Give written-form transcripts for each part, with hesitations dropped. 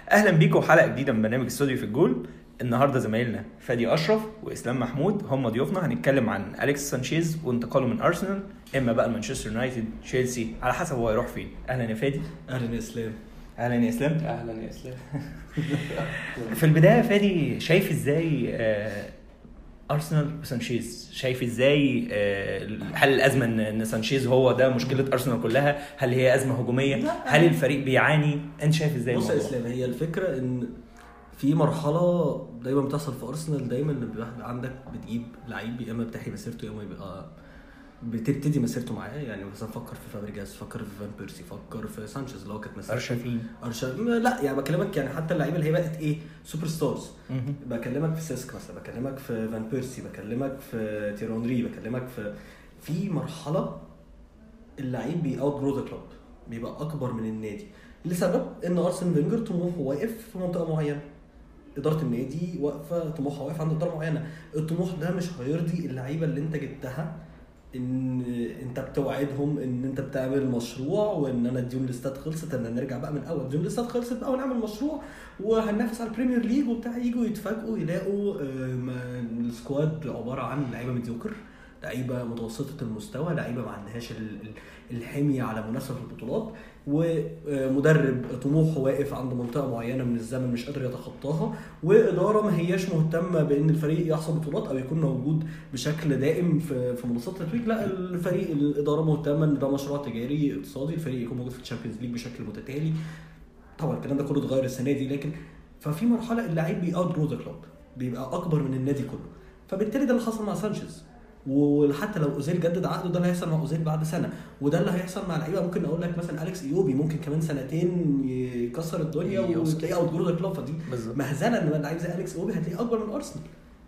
اهلا بيكم حلقه جديده من برنامج استوديو في الجول. النهارده زمايلنا فادي اشرف واسلام محمود هم ضيوفنا. هنتكلم عن اليكس سانشيز وانتقاله من ارسنال اما بقى مانشستر يونايتد تشيلسي على حسب هو هيروح فين. اهلا يا فادي. اهلا يا اسلام. اهلا يا اسلام. اهلا يا اسلام. في البدايه فادي، شايف ازاي ارسنال وسانشيز؟ شايف ازاي هل الازمه ان سانشيز هو ده مشكله ارسنال كلها؟ هل هي ازمه هجوميه؟ هل الفريق بيعاني؟ انت شايف ازاي بص الموضوع؟ يا اسلام، هي الفكره ان في مرحله دايما بتحصل في ارسنال، دايما ان بيبقى عندك بتجيب لعيب يا اما بتحيي مسيرته يا اما بيبقى بتبتدي مسيرته معاه. يعني مثلا فكر في فابريجاس، فكر في فان بيرسي، فكر في سانشيز اللي هو كانت مسيرته لا يعني بكلمك يعني حتى اللعيبه اللي هي بقت ايه سوبر ستارز. بكلمك في سيسك مثلا، بكلمك في فان بيرسي، بكلمك في تيرونري، بكلمك في مرحله اللعيب بيأوت جرو ذا كلوب، بيبقى اكبر من النادي لسبب ان ارسن فينجر طموحه واقف في منطقه معينه، اداره النادي واقفه طموحها واقف عند اداره معينه. الطموح ده مش هيرضي اللعيبه اللي انت جبتها، ان انت بتوعدهم ان انت بتعمل مشروع وان انا اديهم الاستاد خلصت، ان نرجع بقى من اول اديهم الاستاد خلصت بقى ونعمل مشروع وهننافس على البريمير ليج وبتاع. يجوا يتفاجئوا يلاقوا السكواد عباره عن لعيبه ميديوكر، لعيبه متوسطه المستوى، لعيبه ما عندهاش الحميه على منافسه في البطولات، ومدرب طموحه واقف عند منطقه معينه من الزمن مش قادر يتخطاها، واداره ما هياش مهتمه بان الفريق يحصل بطولات او يكون موجود بشكل دائم في منصات التتويج. لا، الفريق الاداره مهتمه ان ده مشروع تجاري اقتصادي، الفريق يكون موجود في الشامبيونز ليج بشكل متتالي. طبعا الكلام ده كله اتغير السنه دي، لكن ففي مرحله اللعيب بيأوت جرو ذا كلوب، بيبقى اكبر من النادي كله. فبالتالي ده اللي حصل مع سانشيز، وحتى لو اوزيل جدد عقده ده اللي هيحصل مع اوزيل بعد سنه، وده اللي هيحصل مع لعيبه. ممكن اقول لك مثلا اليكس ايوبي ممكن كمان سنتين يكسر الدنيا وتلاقيه اوت جرو ذا كلوب. فدي مهزله ان لعيب زي اليكس ايوبي هتلاقيه اكبر من ارسنال.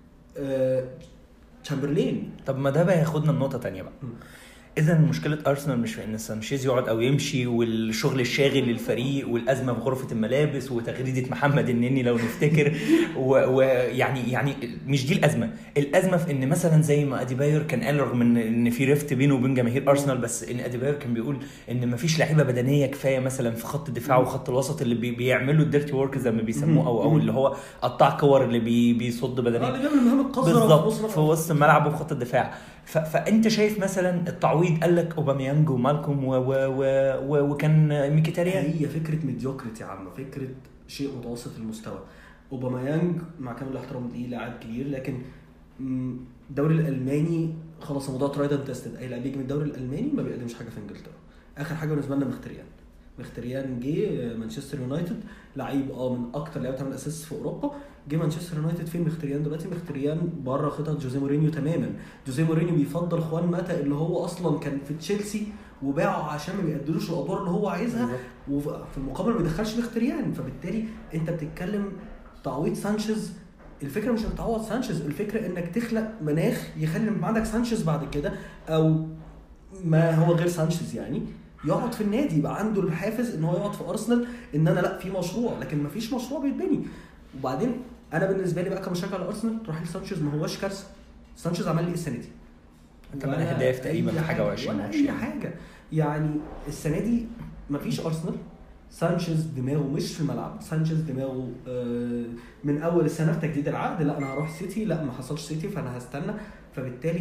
تشامبرلين. طب ما ده بقى ياخدنا النقطه تانية بقى. اذا مشكله ارسنال مش في ان سانشيز يقعد او يمشي والشغل الشاغل للفريق والازمه في غرفه الملابس وتغريده محمد النني لو نفتكر ويعني مش دي الازمه في ان مثلا زي ما اديباير كان قال، رغم ان في ريفت بينه وبين جماهير ارسنال، بس ان اديباير كان بيقول ان مفيش لعيبه بدنيه كفايه مثلا في خط الدفاع وخط الوسط اللي بيعملوا الديرتي ورك زي ما بيسموه او اللي هو قطاع كور اللي بيصد بدنيا اللي بيعمل المهام القذره بالظبط في وسط الملعب وفي خط الدفاع. فانت شايف مثلا التعويض قال لك اوباميانج ومالكوم وكان ميكيتاريان. هي فكره ميديوكريتي يا عم، فكره شيء متوسط المستوى. اوباميانج مع كامل الاحترام ليه لاعب كبير، لكن الدوري الالماني خلاص الموضوع ترايدنت تيستد. اي لاعب بيجي من الدوري الالماني ما بيقدمش حاجه في انجلترا. اخر حاجه بالنسبه لنا مختريان جه مانشستر يونايتد، لعيب من اكتر لعيبه تعمل اسيست في اوروبا. جه مانشستر يونايتد، فين مختريان دلوقتي؟ مختريان بره خطط جوزيه مورينيو تماما. جوزيه مورينيو بيفضل خوان ماتا اللي هو اصلا كان في تشيلسي وباعه عشان ما بيقدروش الادوار اللي هو عايزها، وفي المقابل ما بيدخلش مختريان. فبالتالي انت بتتكلم تعويض سانشيز. الفكره مش انك تعوض سانشيز، الفكره انك تخلق مناخ يخلي عندك سانشيز بعد كده او ما هو غير سانشيز يعني يقعد في النادي، يبقى عنده الحافز ان هو يقعد في ارسنال، ان انا لا في مشروع، لكن ما فيش مشروع بيتبني. وبعدين انا بالنسبه لي بقى كمشجع لارسنال، رحيل سانشيز ما هوش كارثه. سانشيز عمل لي السنه دي كمان اهداف تقريبا في حاجه و20 ولا اي حاجه يعني. السنه دي ما فيش ارسنال. سانشيز دماغه مش في الملعب، سانشيز دماغه من اول السنه في تجديد العقد، لا انا هروح سيتي، لا ما حصلش سيتي فانا هستنى. فبالتالي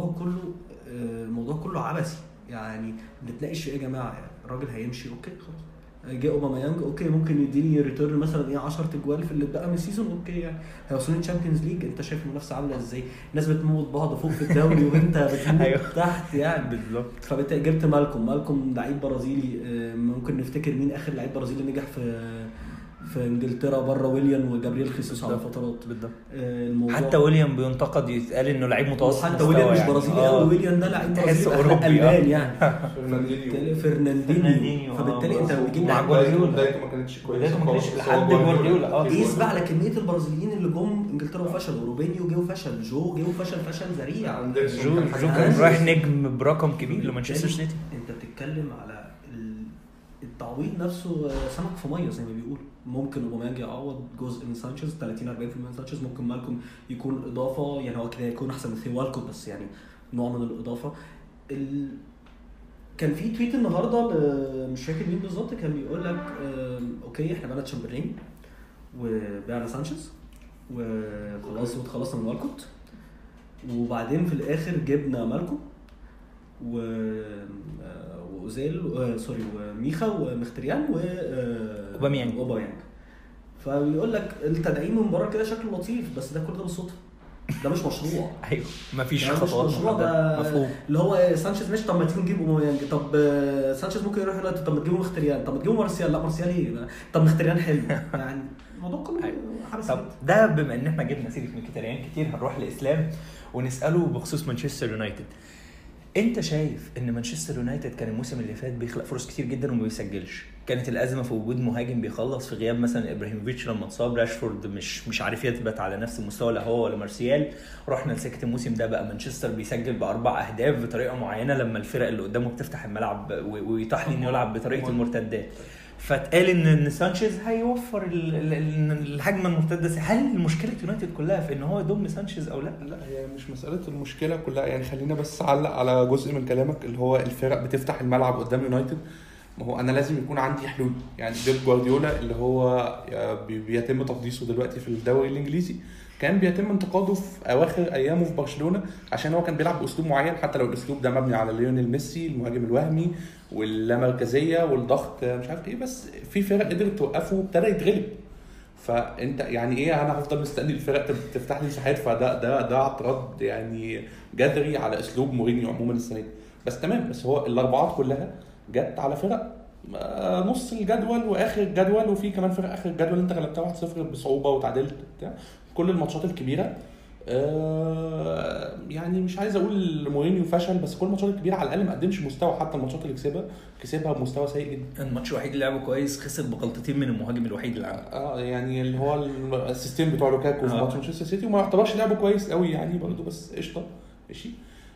الموضوع كله عبثي يعني. بنتناقش في ايه يا جماعه؟ يعني الراجل هيمشي اوكي خلاص، جه اوباميانج اوكي ممكن يديني ريتيرن مثلا 10 تجوال في اللي بقى من السيزون اوكي، يعني هيوصلوا الشامبيونز ليج. انت شايف المنافسه عامله ازاي؟ الناس بتموت بعض فوق في الدوري وانت بتموت تحت يعني بالظبط. فبالتالي جبت مالكوم لعيب برازيلي. ممكن نفتكر مين اخر لعيب برازيلي نجح في انجلترا بره ويليام وجابرييل خيسوس على فترات. حتى ويليام بينتقد، يتقال انه لعيب متوسط، حتى ويليام مش برازيلي قوي، ويليام ده لعيب برازيلي ألمان يعني. فرناندينيو. فبالتالي انت بتجيب مع جوارديولا بدايته ما كانتش كويسه لحد جوارديولا. قيس بقى على كميه البرازيليين اللي جم انجلترا وفشلوا. روبينيو جه وفشل، جو فشل ذريع. جو كان رايح نجم برقم كبير لمانشستر سيتي. انت بتتكلم على التعويض نفسه سمك في ميه زي ما بيقول. ممكن اوباميانج يعوض جزء من سانشيز 30-40% من سانشيز، ممكن مالكوم يكون اضافه، يعني هو كده يكون احسن من ثيو والكوت بس يعني نوع من الاضافه. كان في تويت النهارده مش فاكر مين بالظبط، كان بيقول لك اوكي احنا بقى تشامبرلين وبعنا سانشيز وخلاص وتخلصنا من والكوت، وبعدين في الاخر جبنا مالكو واوزيل سوري وميخا ومختريان وباميانج. فبيقول لك التدعيم من بره كده شكله لطيف، بس ده كل ده بالصدفه، ده مش مشروع. ايوه مفيش خطوات ده مفهوم. اللي هو سانشيز مش طب ما تيجوا نجيب اوباميانج، طب سانشيز ممكن يروح يونايتد، طب ما تجيبوا مختريان، طب ما تجيبوا مارسيال، لا مارسيال ايه، طب مختريان حلو يعني الموضوع كله حبس. طب ده بما ان احنا جبنا سيره مختريان كتير هنروح لاسلام ونساله بخصوص مانشستر يونايتد. انت شايف ان مانشستر يونايتد كان الموسم اللي فات بيخلق فرص كتير جدا وما بيسجلش؟ كانت الازمه في وجود مهاجم بيخلص في غياب مثلا ابراهيموفيتش لما اتصاب، راشفورد مش عارف يثبت على نفس المستوى لا هو ولا مارسيال. رحنا لسكه الموسم ده بقى مانشستر بيسجل ب4 اهداف بطريقه معينه لما الفرق اللي قدامه بتفتح الملعب ويتاح لي انه يلعب بطريقه المرتدات. فاتقال ان سانشيز هيوفر الهجمه المرتده. هل مشكله يونايتد كلها في ان هو يضم سانشيز او لا؟ لا هي مش مساله المشكله كلها يعني. خلينا بس اعلق على جزء من كلامك اللي هو الفرق بتفتح الملعب قدام يونايتد. ما هو انا لازم يكون عندي حلول يعني. بيب جوارديولا اللي هو بيتم تقديسه دلوقتي في الدوري الانجليزي كان بيتم انتقاده في اواخر ايامه في برشلونه عشان هو كان بيلعب باسلوب معين، حتى لو الاسلوب ده مبني على ليونيل ميسي المهاجم الوهمي واللامركزيه والضغط مش عارف ايه، بس في فرق قدرت توقفه وابتدى يتغلب. فانت يعني ايه انا هفضل مستني الفرق تفتح لي مساحات؟ فده اعتراض يعني جذري على اسلوب مورينيو عموما السنه دي. بس تمام، بس هو الاربعات كلها جت على فرق نص الجدول واخر الجدول، وفي كمان فرق اخر الجدول انت غلبتها 1-0 بصعوبه وتعادلت بتاع كل الماتشات الكبيره. يعني مش عايز اقول مورينيو فشل، بس كل الماتشات الكبيره على الاقل ما قدمش مستوى. حتى الماتشات اللي كسبها بمستوى سيء جدا. الماتش الوحيد اللي لعبه كويس خسر بغلطتين من المهاجم الوحيد اللي لعبه يعني اللي هو السيستم بتاع لوكاكو في ماتش مانشستر سيتي، وما يعتبرش لعبه كويس قوي يعني برضه، بس قشطه ماشي.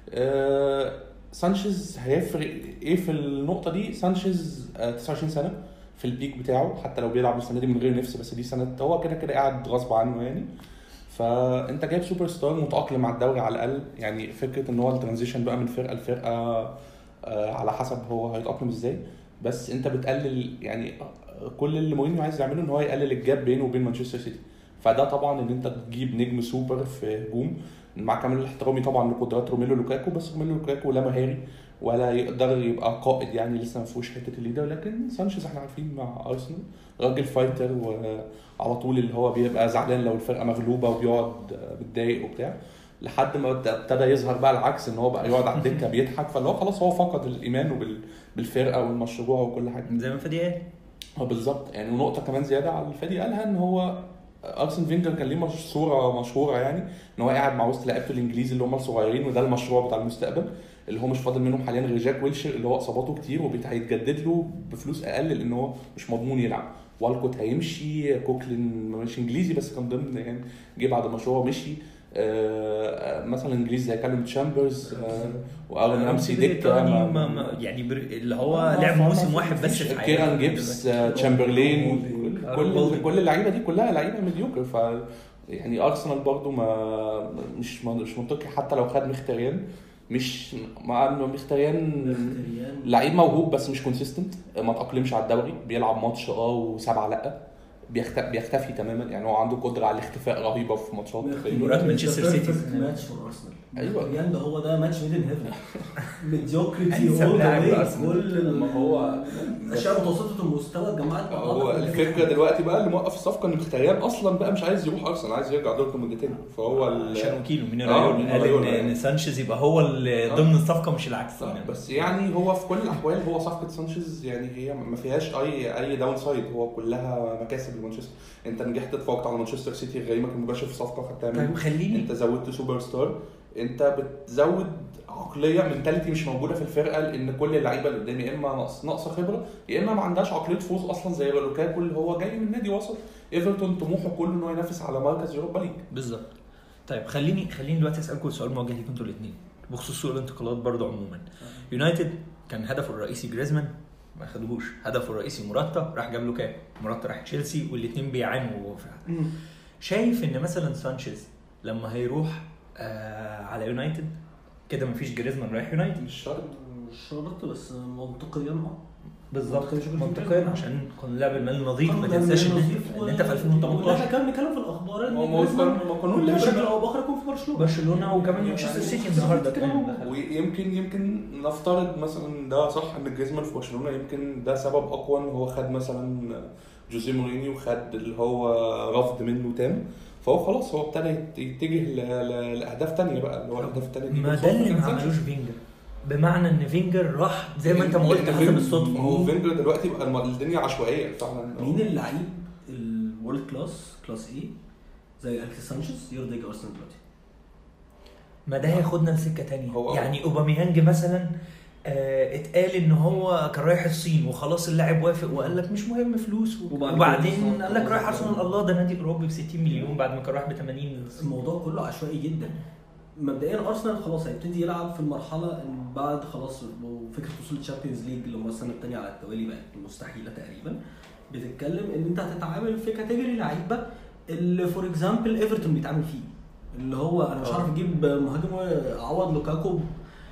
سانشيز هيفرق ايه في النقطه دي؟ سانشيز 29 سنه في البيك بتاعه، حتى لو بيلعب السنه دي من غير نفس، بس دي سنه هو كده قاعد غصب عنه يعني. فانت جايب سوبر ستار متاقلم مع الدوري على الاقل يعني. فكره ان هو الترانزيشن بقى من فرقه لفرقه على حسب هو هيتاقلم ازاي، بس انت بتقلل يعني. كل اللي مورينيو عايز يعمله ان هو يقلل الجاب بينه وبين مانشستر سيتي. فده طبعا ان انت تجيب نجم سوبر في هجوم، مع كامل احترامي طبعا لقدرات روميلو لوكاكو، بس روميلو لوكاكو لا مهاري ولا يقدر يبقى قائد يعني، لسه ما فيهوش حته الليدر. لكن سانشيز احنا عارفين مع ارسنال راجل فايتر، وعلى طول اللي هو بيبقى زعلان لو الفرقه مغلوبه وبيقعد متضايق وبتاع، لحد ما ابتدى يظهر بقى العكس، ان هو بقى يقعد على الدكه بيضحك. فاللي هو خلاص هو فقد الايمان بالفرقه والمشروع وكل حاجه زي ما فادي قال. بالظبط يعني. ونقطه كمان زياده على الفادي قالها، ان هو ارسن فينجر كان ليه صوره مشهوره يعني، ان هو قاعد مع وسط لعيبته الانجليزي اللي هم الصغيرين، وده المشروع بتاع المستقبل اللي هو مش فاضل منهم حاليا غير جاك ويلشر اللي هو اصاباته كتير وهيتجدد له بفلوس اقل لان هو مش مضمون يلعب. والكوت هيمشي، كوكلين مش انجليزي بس كان ضمن يعني جه بعد المشروع مشي. مثلا انجليزي زي كالوم تشامبرز وارن رامسي دكه يعني اللي هو لعب موسم واحد بس في كيران جيبس تشامبرلين كل اللعيبه دي كلها لعيبه ميديوكر. ف يعني ارسنال برضو مش منطقي حتى لو خد مختريان، مش مع مختريان لعيب موهوب بس مش كونسيستنت، ما تاقلمش على الدوري، بيلعب ماتش وسبعه لا بيختفي تماما يعني. هو عنده قدره على الاختفاء رهيبه في ماتشات مباراه مانشستر سيتي ماتش فور ارسنال. ايوه يعني ده هو ده ماتش ميدن هيفن ميديوكريتي كل ما هو اشياء متوسطه المستوى الجماعات. هو الفكره دلوقتي بقى اللي موقف الصفقه ان مختاريان اصلا بقى مش عايز يروح ارسنال، عايز يرجع دورتموند تاني. فهو عشان وكيله من قال ان سانشيز يبقى هو اللي ضمن الصفقه مش العكس. بس يعني هو في كل الاحوال هو صفقه سانشيز يعني هي ما فيهاش اي داون سايد، هو كلها مكاسب لمانشستر. انت نجحت تفوقت على مانشستر سيتي غريمك المباشر في صفقه خدتها منه. انت زودت سوبر ستار، انت بتزود عقليه منتاليتي مش موجوده في الفرقه، لان كل اللعيبه اللي قدامي يا اما ناقصه خبره يا اما ما عندهاش عقليه فوز اصلا، زي لوكاكو اللي هو جاي من نادي وسط ايفرتون طموحه كله انه ينافس على مركز يوروبا ليج. بالظبط. طيب خليني دلوقتي اسالكم سؤال موجه ليكم انتوا الاثنين بخصوص سوق الانتقالات برضو عموما. يونايتد كان هدفه الرئيسي جريزمان ما خدوهوش، هدفه الرئيسي موراتا راح جاب لوكاكو، موراتا راح تشيلسي والاثنين بيعانوا. شايف ان مثلا سانشيز لما هيروح على يونايتد كده مفيش جريزمان رايح يونايتد؟ مش شرط بس منطقيا بالظبط منطقيا عشان قانون اللعب المالي نظيف. ما تنساش ان انت في 2018 احنا كنا بنتكلم في الاخبار ان ما قانون بشكل او باخر يكون في برشلونه وكمان مانشستر سيتي النهارده كمان. ويمكن نفترض مثلا ده صح ان جريزمان في برشلونه، يمكن ده سبب اقوى ان هو خد مثلا جوزيه مورينيو وخد اللي هو رفض منه تام، فهو خلاص هو ابتدى يتجه لاهداف تانية بقى اللي هو الاهداف التانية دي. ما ده اللي ما عملوش فينجر، بمعنى ان فينجر راح زي ما انت ما قلت حسب الصدفه. هو فينجر دلوقتي بقى الدنيا عشوائيه فعلا. مين اللعيب الورلد كلاس ايه زي الكس سانشيز يرضي ارسنال دلوقتي؟ ما ده هياخدنا لسكه تانية. يعني اوباميانج مثلا اتقال ان هو كان رايح الصين وخلاص اللاعب وافق وقال لك مش مهم فلوس وبعدين قال لك رايح ارسنال. الله ده نادي اوروبي ب 60 مليون بعد ما كان رايح ب 80. الموضوع كله عشوائي جدا. مبدئيا ارسنال خلاص هيبتدي يلعب في المرحله بعد خلاص فكره وصول الشامبيونز ليج اللي هم السنه الثانيه على التوالي بقت مستحيله تقريبا. بتتكلم ان انت هتتعامل في كاتيجوري لعيبه اللي فور اكزامبل ايفرتون بيتعامل فيه، اللي هو انا مش عارف اجيب مهاجم عوض لوكاكو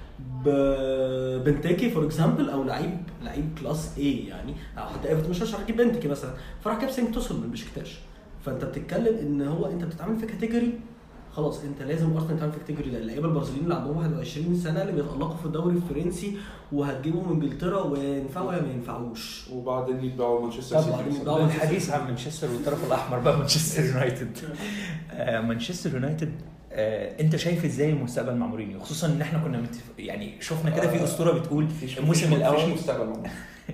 بنتيكي فور اكزامبل او لعيب كلاس ايه يعني، او حتى ايفرتون مش هعرف اجيب بنتيكي مثلا، فراح جاب سينج توسل من بشكتاش. فانت بتتكلم ان هو انت بتتعامل في كاتيجوري خلاص انت لازم ارسنال تعمل في كاتيجوري ده. اللعيبه البرازيليين اللي عندهم 21 سنه اللي بيتالقوا في الدوري الفرنسي وهتجيبهم من انجلترا وينفعوا يا ما ينفعوش، وبعدين يتباعوا مانشستر سيتي. الحديث عن مانشستر والطرف الاحمر بقى مانشستر يونايتد. مانشستر يونايتد انت شايف ازاي المستقبل مع مورينيو، خصوصا ان احنا كنا يعني شفنا كده في اسطوره بتقول الموسم الاول مفيش مستقبل مع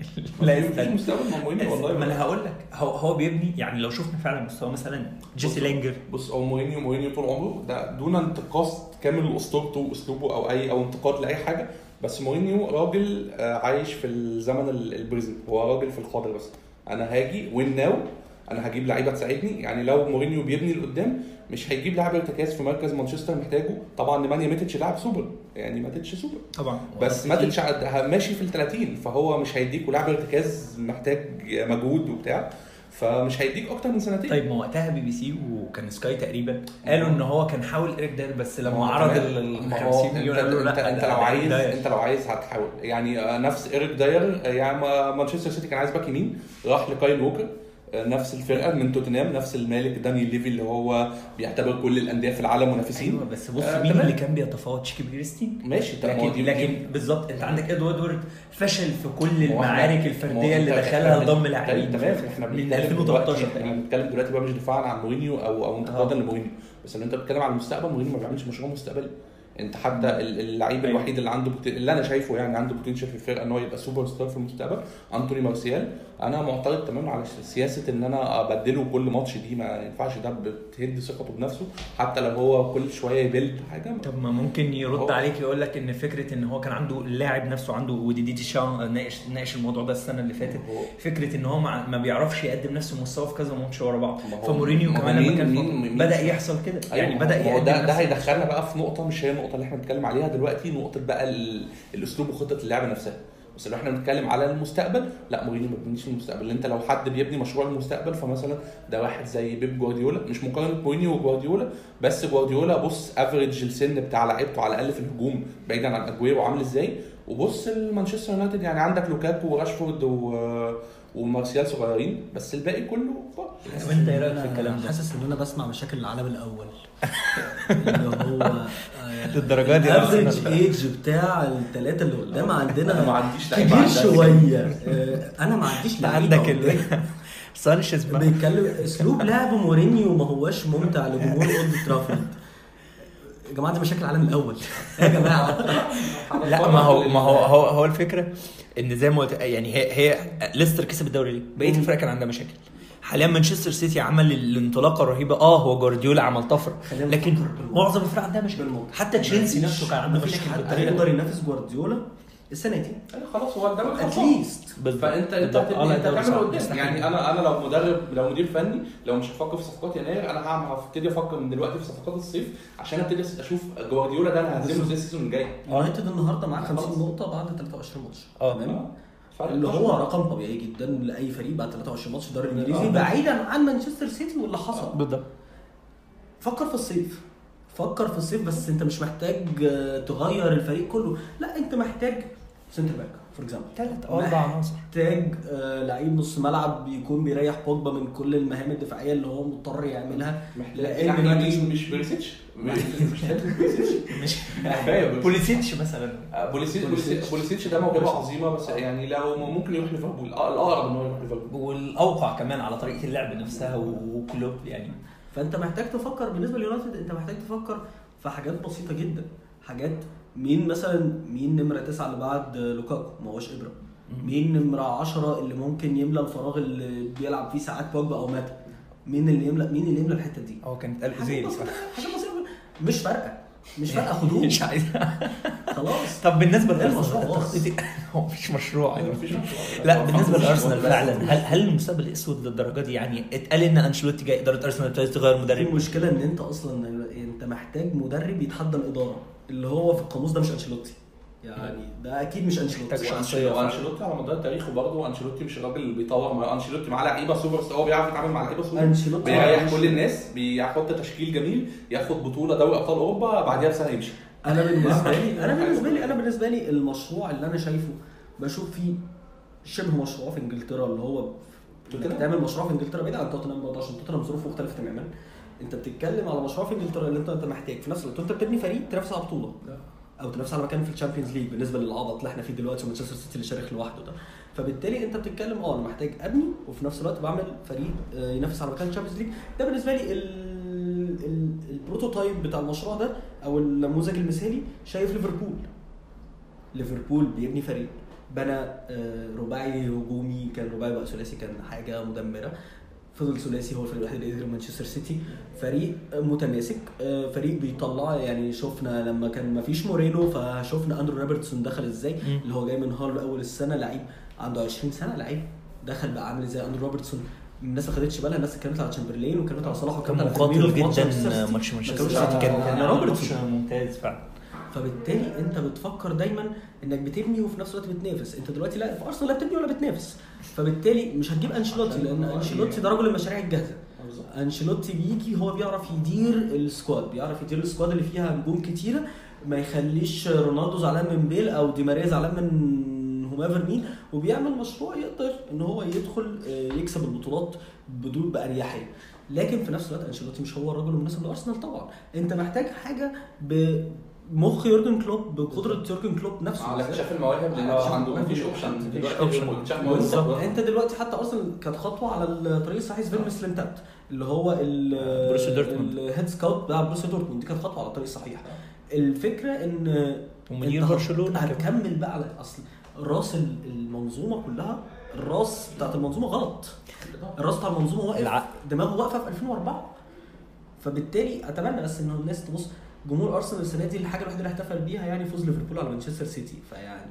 لا مفيش مستقبل مع مورينيو والله. ما انا هقول لك هو بيبني يعني لو شفنا فعلا مستوى مثلا جيسي لينجر. بص هو مورينيو طول عمره ده دون انتقاص كامل لاسطورته واسلوبه او انتقاد لاي حاجه، بس مورينيو راجل عايش في الزمن البريزنت، هو راجل في الحاضر بس. انا هاجي وين ناو، انا هجيب لعيبه تساعدني. يعني لو مورينيو بيبني لقدام مش هيجيب لاعب ارتكاز في مركز مانشستر محتاجه. طبعا نيمانيا ماتيتش لاعب سوبر، يعني ماتيتش سوبر طبعا، بس ماتيتش ماشي في ال30، فهو مش هيديك لاعب ارتكاز محتاج مجهود وبتاع، فمش هيديك اكتر من سنتين. طيب ما وقتها بي بي سي وكان سكاي تقريبا قالوا ان هو كان حاول إيريك داير، بس لما عرض ال 50 مليون قالوا لا انت لو عايز هتحاول. يعني نفس إيريك داير، يعني مانشستر سيتي كان عايز باك يمين راح لكايل ووكر، نفس الفرقه من توتنهام، نفس المالك دانيال ليفي اللي هو بيعتبر كل الانديه في العالم منافسين. أيوة بس بص مين اللي كان بيتفاوت؟ شيكي بيرستين ماشي. لكن بالظبط انت عندك ادوارد فشل في كل المعارك الفرديه اللي دخلها ضم لاعبين. تمام احنا من 2013 احنا بنتكلم دلوقتي بقى مش دفاعا عن مورينيو او انتقادا لمورينيو، بس لو انت بتتكلم على المستقبل مورينيو ما بيعملش مشروع مستقبلي. انت حتى اللعيب الوحيد اللي عنده اللي انا شايفه يعني عنده بوتنشال في الفرقه ان هو يبقى سوبر ستار في المستقبل انتوني مارسيال. انا معترض تماما على سياسه ان انا ابدله كل ماتش، دي ما ينفعش، ده بتهد ثقته بنفسه حتى لو هو كل شويه يبيلد حاجه. طب ما ممكن يرد عليك يقول لك ان فكره ان هو كان عنده اللاعب نفسه عنده، ودي شان ناقش الموضوع ده السنه اللي فاتت، فكره ان هو ما بيعرفش يقدم نفس المستوى في كذا ماتش ورا بعض. فمورينيو كمان لما كان بدا يحصل كده يعني بدا يقدم ده هيدخلنا بقى في نقطه مش هي النقطه اللي احنا بنتكلم عليها دلوقتي، نقطه بقى الاسلوب وخطه اللعبه نفسها. بس لو احنا بنتكلم على المستقبل لا، مورينيو ما بيبنيش المستقبل. انت لو حد بيبني مشروع المستقبل فمثلا ده واحد زي بيب جوارديولا، مش مقارنه مورينيو وجوارديولا، بس جوارديولا بص افريج السن بتاع لعيبته على الاقل في الهجوم بعيدا عن اجويرو وعامل ازاي، وبص المانشستر يونايتد يعني عندك لوكاكو وراشفورد ومارسيال صغيرين بس الباقي كله فوق. انت ايه رايك في الكلام ده؟ حاسس ان انا بسمع مشاكل العالم الاول اللي هو للدرجه دي الافريج ايج بتاع الثلاثه اللي قدام عندنا ما عنديش كبير شويه. انا ما عنديش لعيبه. عندك سانشيز بيتكلم اسلوب لعب مورينيو ما هوش ممتع لجمهور اولد ترافورد. يا جماعه دي مشاكل العالم الاول يا جماعه. لا ما هو الفكره ان زي ما قلت يعني هي ليستر كسب الدوري ليه؟ بقيه الفرق كان عندها مشاكل. حاليا مانشستر سيتي عمل الانطلاقه الرهيبه. هو جوارديولا عمل طفره، لكن معظم الفرق عندها مشاكل. حتى تشيلسي نفسه كان عنده مشاكل بالطريقه يقدر ينافس جوارديولا السنه دي. خلاص هو قدامك اتليست. فانت تعمل قدام. يعني انا لو مدرب لو مدير فني لو مش هفكر في صفقات يناير، انا هبتدي افكر من دلوقتي في صفقات الصيف عشان ابتدي اشوف جوارديولا ده انا ههزمه زي السيزون الجاي. يونايتد النهارده معاه 50 نقطه بعد 23 ماتش. تمام. اللي هو رقم طبيعي جدا لاي فريق بعد 23 ماتش في الدوري الانجليزي بعيدا عن مانشستر سيتي واللي حصل. بالضبط. فكر في الصيف بس انت مش محتاج تغير الفريق كله، لا انت محتاج سنتر باك فور اكزامبل 3 أو 4 عناصر. محتاج لعيب نص ملعب يكون بيريح بوجبا من كل المهام الدفاعيه اللي هو مضطر يعملها. لان مش بوليسيتش مش كفايه بوليسيتش مثلا. بوليسيتش ده موهبه عظيمه، بس يعني لو ممكن يروح ليفربول الاقرب انه يروح ليفربول، والاوقع كمان على طريقه اللعب نفسها وكلوب يعني. فانت محتاج تفكر بالنسبه ليونايتد، انت محتاج تفكر في حاجات بسيطه جدا. حاجات مين مثلا، مين نمره 9 اللي بعد لوكاكو؟ ما هوش ابرا. مين نمره 10 اللي ممكن يملى الفراغ اللي بيلعب فيه ساعات بوجبا او ماتا؟ مين اللي يملى الحته دي؟ كانت اوزيل صح. حاجه بسيطه مش فارقه خدوه مش عايز خلاص. طب بالنسبه للمشروع هو مفيش مشروع لا بالنسبه لارسنال فعلا هل المستقبل اسود للدرجه دي؟ يعني اتقال ان انشيلوتي جاي اداره ارسنال ابتدت تغير مدرب. المشكله ان انت اصلا انت محتاج مدرب يتحدى الاداره، اللي هو في القاموس ده مش انشيلوتي يعني، ده اكيد مش انشيلوتي. وانشيلوتي على مدار تاريخه برضه انشيلوتي مش الراجل اللي بيطور. انشيلوتي معاه لعيبه سوبر ستار، هو بيعرف يتعامل مع لعيبه سوبر، بيريح كل الناس، بيحط تشكيل جميل، ياخد بطوله دوري ابطال اوروبا، بعديها بسنه يمشي. انا بالنسبه لي المشروع اللي انا شايفه بشوف فيه شبه مشروع في انجلترا، اللي هو تعمل مشروع في انجلترا بعيد عن توتنهام برضه، عشان توتنهام ظروفه مختلفه تماما. انت بتتكلم على مشروع في انجلترا اللي انت محتاج في نفس الوقت انت بتبني فريق تنافس على بطوله او تنافس على مكان في الشامبيونز ليج بالنسبه للعبط اللي احنا فيه دلوقتي ومانشستر سيتي اللي شارك لوحده ده. فبالتالي انت بتتكلم انا محتاج ابني وفي نفس الوقت بعمل فريق ينافس على مكان الشامبيونز ليج. ده بالنسبه لي البروتوتايب بتاع المشروع ده او النموذج المثالي. شايف ليفربول بيبني فريق، بنى رباعي هجومي، كان رباعي بقى ثلاثي، كان حاجه مدمره، فضل ثلاثي. هو الفريق الوحيد اللي قدر مانشستر سيتي، فريق متماسك، فريق بيطلع. يعني شفنا لما كان ما فيش مورينو فشفنا اندرو روبرتسون دخل ازاي، اللي هو جاي من هال اول السنه، لعيب عنده 20 سنه، لعيب دخل بقى عامل ازاي اندرو روبرتسون. الناس ما خدتش بالها، الناس كانت على تشامبرلين وكانت على صلاح وكانت على مقاتل جدا. ماتش مانشستر سيتي كان روبرتسون ممتاز فعلا. فبالتالي انت بتفكر دايما انك بتبني وفي نفس الوقت بتنافس. انت دلوقتي لا في ارسنال لا بتبني ولا بتنافس، فبالتالي مش هتجيب انشيلوتي، لان انشيلوتي ده رجل المشاريع الجاهزه. انشيلوتي بيجي هو بيعرف يدير السكواد، اللي فيها نجوم كتيره، ما يخليش رونالدو زعلان من بيل او دي ماريا زعلان من هومافر مين، وبيعمل مشروع يقدر ان هو يدخل يكسب البطولات بدون باريحيه. لكن في نفس الوقت انشيلوتي مش هو الرجل المناسب لارسنال طبعا. انت محتاج حاجه مخ يورجن كلوب، بقدره يورجن كلوب نفسه على اكتشاف المواهب، لان عنده مفيش اوبشن دلوقتي. انت دلوقتي حتى ارسنال كانت خطوه على الطريق الصحيح سفين مسلمتات اللي هو الهيد سكاوت بتاع بروسيا دورتموند، دي كانت خطوه على الطريق الصحيح. الفكره ان ومدير برشلونه هتكمل بقى على اصل راس المنظومه كلها. الراس بتاعت المنظومه غلط، الراس بتاع المنظومه واقف، دماغه واقفه في 2004. فبالتالي اتمنى بس ان الناس تبص. جمهور ارسنال السنه دي الحاجه الوحيده اللي احتفل بيها يعني فوز ليفربول على مانشستر سيتي. فيعني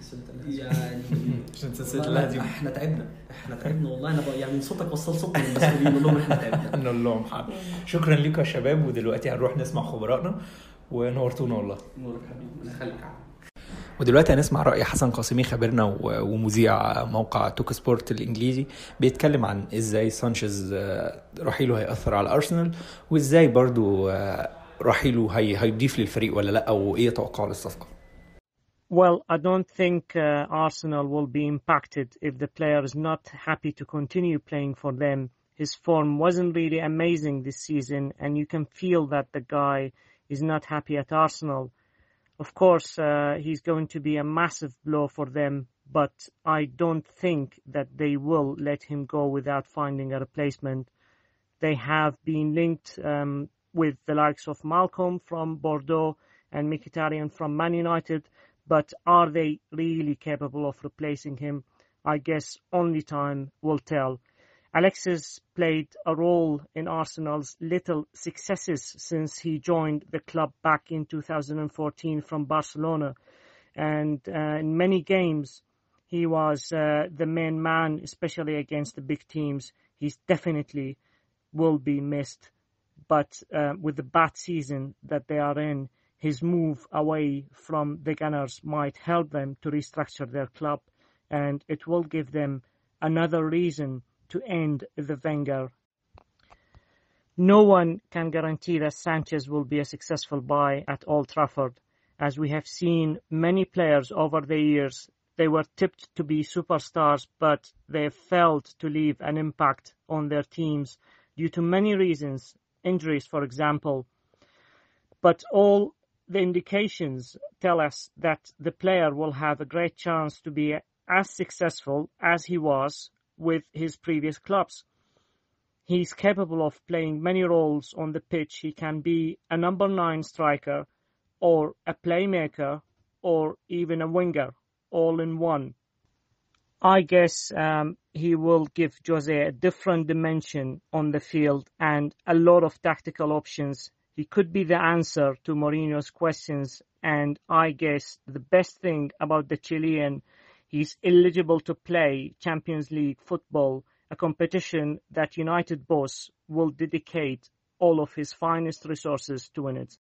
احنا تعبنا والله. انا يعني صوتك وصل صوت المسؤولين، نقول لهم احنا تعبنا. نقول لهم حاضر. شكرا لكم يا شباب، ودلوقتي هنروح نسمع خبرائنا ونورتونا والله. نورك حبيبي، خليك. ودلوقتي هنسمع رأي حسن قاسمي، خبيرنا ومذيع موقع توك سبورت الإنجليزي، بيتكلم عن إزاي سانشيز رحيله هيأثر على أرسنال، وإزاي برضو رحيله هيضيف للفريق ولا لا، أو إيه توقعه للصفقة. Well, I don't think Arsenal will be impacted if the player is not happy to continue playing for them. His form wasn't really amazing this season, and you can feel that the guy is not happy at Arsenal. Of course, he's going to be a massive blow for them, but I don't think that they will let him go without finding a replacement. They have been linked with the likes of Malcolm from Bordeaux and Mkhitaryan from Man United, but are they really capable of replacing him? I guess only time will tell. Alexis played a role in Arsenal's little successes since he joined the club back in 2014 from Barcelona. And in many games, he was the main man, especially against the big teams. He's definitely will be missed. But with the bad season that they are in, his move away from the Gunners might help them to restructure their club. And it will give them another reason to end the Wenger. No one can guarantee that Sanchez will be a successful buy at Old Trafford, as we have seen many players over the years they were tipped to be superstars, but they failed to leave an impact on their teams due to many reasons, injuries, for example. But all the indications tell us that the player will have a great chance to be as successful as he was with his previous clubs. He's capable of playing many roles on the pitch. He can be a number 9 striker or a playmaker or even a winger, all in one. I guess he will give Jose a different dimension on the field and a lot of tactical options. He could be the answer to Mourinho's questions, and I guess the best thing about the Chilean, he's eligible to play Champions League football, a competition that United boss will dedicate all of his finest resources to win it.